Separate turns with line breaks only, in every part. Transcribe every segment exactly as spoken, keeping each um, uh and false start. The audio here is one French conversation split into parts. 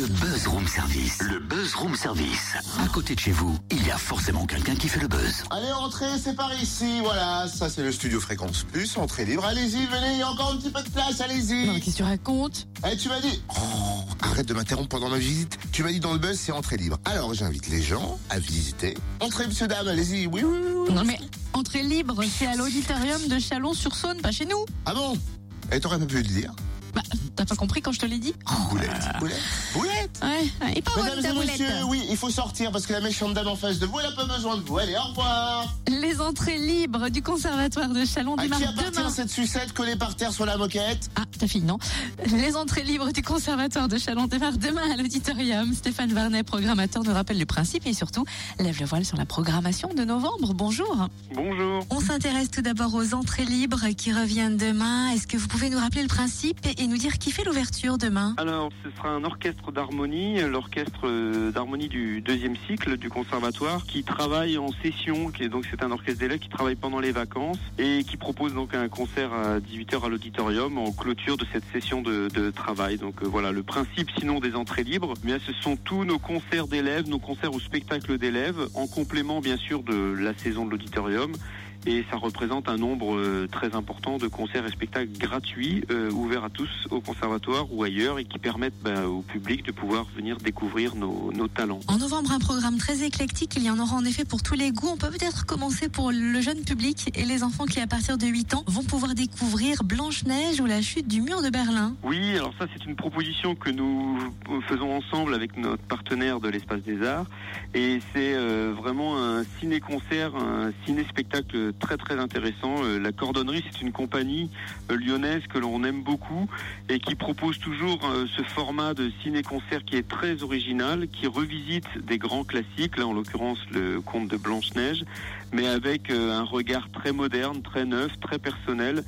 Le Buzz Room Service. Le Buzz Room Service. À côté de chez vous, il y a forcément quelqu'un qui fait le buzz.
Allez, entrez, c'est par ici, voilà. Ça, c'est le studio Fréquence Plus, entrée libre. Allez-y, venez, il y a encore un petit peu de place, allez-y.
Non, mais qu'est-ce que tu racontes?
Eh, tu m'as dit... Oh, arrête de m'interrompre pendant ma visite. Tu m'as dit dans le buzz, c'est entrée libre. Alors, j'invite les gens à visiter. Entrez, monsieur, dame, allez-y. Oui, oui, oui, oui.
Non, mais entrée libre, c'est à l'auditorium de Chalon-sur-Saône, pas chez nous.
Ah bon? Et t'aurais pas pu le dire?
Bah, t'as pas compris quand je te l'ai dit?
Boulette, boulette, boulette.
Ouais, et pas bonne
Mesdames
ta
et
boulette.
messieurs, oui, il faut sortir parce que la méchante dame en face de vous, elle a pas besoin de vous. Allez, au revoir.
Les entrées libres du conservatoire de Chalon
À qui
démarrent
appartient
demain.
cette sucette collée par terre sur la moquette?
Ah, ta fille, non. Les entrées libres du conservatoire de Chalon démarrent demain à l'auditorium. Stéphane Varnet, programmateur, nous rappelle le principe et surtout lève le voile sur la programmation de novembre. Bonjour.
Bonjour.
On s'intéresse tout d'abord aux entrées libres qui reviennent demain. Est-ce que vous pouvez nous rappeler le principe et nous dire qui fait l'ouverture demain?
Alors, ce sera un orchestre d'harmonie, l'orchestre euh, d'harmonie du deuxième cycle du conservatoire, qui travaille en session, qui est donc c'est un orchestre d'élèves qui travaille pendant les vacances et qui propose donc un concert à dix-huit heures à l'auditorium en clôture de cette session de, de travail. Donc euh, voilà, le principe sinon des entrées libres, bien ce sont tous nos concerts d'élèves, nos concerts ou spectacles d'élèves, en complément bien sûr de la saison de l'auditorium. Et ça représente un nombre euh, très important de concerts et spectacles gratuits, euh, ouverts à tous au conservatoire ou ailleurs et qui permettent bah, au public de pouvoir venir découvrir nos, nos talents.
En novembre, un programme très éclectique. Il y en aura en effet pour tous les goûts. On peut peut-être commencer pour le jeune public et les enfants qui, à partir de huit ans, vont pouvoir découvrir Blanche-Neige ou la chute du mur de Berlin.
Oui, alors ça c'est une proposition que nous faisons ensemble avec notre partenaire de l'Espace des Arts. Et c'est euh, vraiment un ciné-concert, un ciné-spectacle très très intéressant. Euh, la Cordonnerie, c'est une compagnie euh, lyonnaise que l'on aime beaucoup et qui propose toujours euh, ce format de ciné-concert qui est très original, qui revisite des grands classiques, là en l'occurrence le Conte de Blanche-Neige, mais avec euh, un regard très moderne, très neuf, très personnel.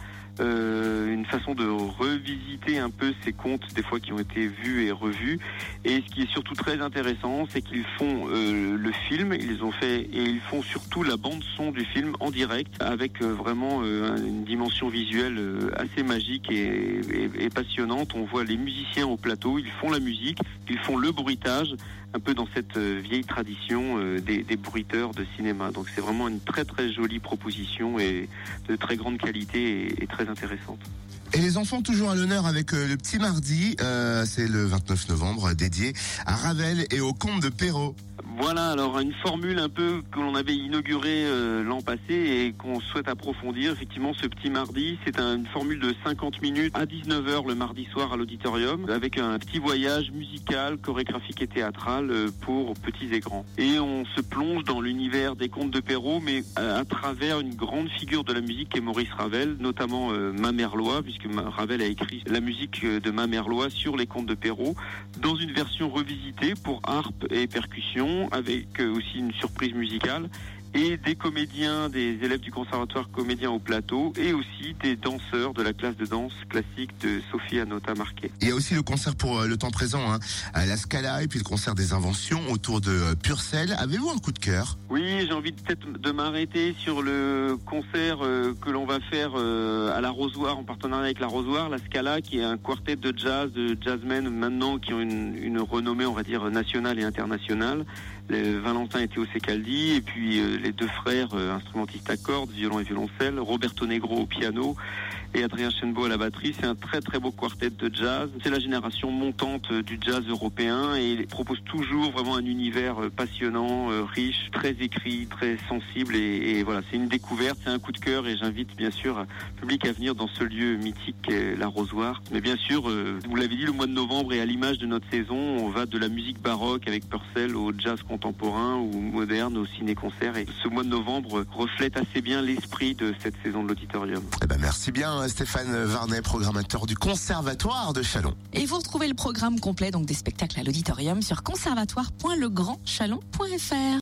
Euh, une façon de revisiter un peu ces contes des fois qui ont été vus et revus. Et ce qui est surtout très intéressant, c'est qu'ils font euh, le film, ils ont fait et ils font surtout la bande son du film en direct avec euh, vraiment euh, une dimension visuelle euh, assez magique et, et, et passionnante. On voit les musiciens au plateau, ils font la musique, ils font le bruitage, un peu dans cette euh, vieille tradition euh, des, des bruiteurs de cinéma. Donc c'est vraiment une très très jolie proposition et de très grande qualité et, et très intéressante.
Et les enfants toujours à l'honneur avec euh, le petit mardi, euh, c'est le vingt-neuf novembre, euh, dédié à Ravel et au conte de Perrault.
Voilà, alors une formule un peu que l'on avait inaugurée euh, l'an passé et qu'on souhaite approfondir. Effectivement, ce petit mardi, c'est un, une formule de cinquante minutes à dix-neuf heures le mardi soir à l'auditorium, avec un petit voyage musical, chorégraphique et théâtral euh, pour petits et grands. Et on se plonge dans l'univers des contes de Perrault, mais à, à travers une grande figure de la musique qui est Maurice Ravel, notamment euh, Mamerlois, puisque Ravel a écrit la musique de Mamerlois sur les contes de Perrault, dans une version revisitée pour harpe et percussion, avec aussi une surprise musicale et des comédiens, des élèves du conservatoire comédiens au plateau et aussi des danseurs de la classe de danse classique de Sophie Anota Marquet.
Il y a aussi le concert pour euh, le temps présent, hein, à la Scala et puis le concert des inventions autour de euh, Purcell. Avez-vous un coup de cœur?
Oui, j'ai envie de, peut-être de m'arrêter sur le concert euh, que l'on va faire euh, à l'Arrosoir en partenariat avec l'Arrosoir, la Scala, qui est un quartet de jazz, de jazzmen maintenant qui ont une, une renommée, on va dire, nationale et internationale. Le Valentin et Théo Secaldi et puis euh, les deux frères euh, instrumentistes à cordes, violon et violoncelle, Roberto Negro au piano et Adrien Chenbeau à la batterie. C'est un très très beau quartet de jazz. C'est la génération montante euh, du jazz européen et il propose toujours vraiment un univers euh, passionnant, euh, riche, très écrit, très sensible et, et voilà, c'est une découverte, c'est un coup de cœur et j'invite bien sûr le public à venir dans ce lieu mythique qu'est l'Arrosoir. Mais bien sûr, euh, vous l'avez dit, le mois de novembre et à l'image de notre saison, on va de la musique baroque avec Purcell au jazz contemporain ou moderne au ciné-concert et ce mois de novembre reflète assez bien l'esprit de cette saison de l'auditorium.
Eh ben merci bien Stéphane Varnet, programmateur du Conservatoire de Chalon.
Et vous retrouvez le programme complet donc des spectacles à l'auditorium sur conservatoire point le grand chalon point f r.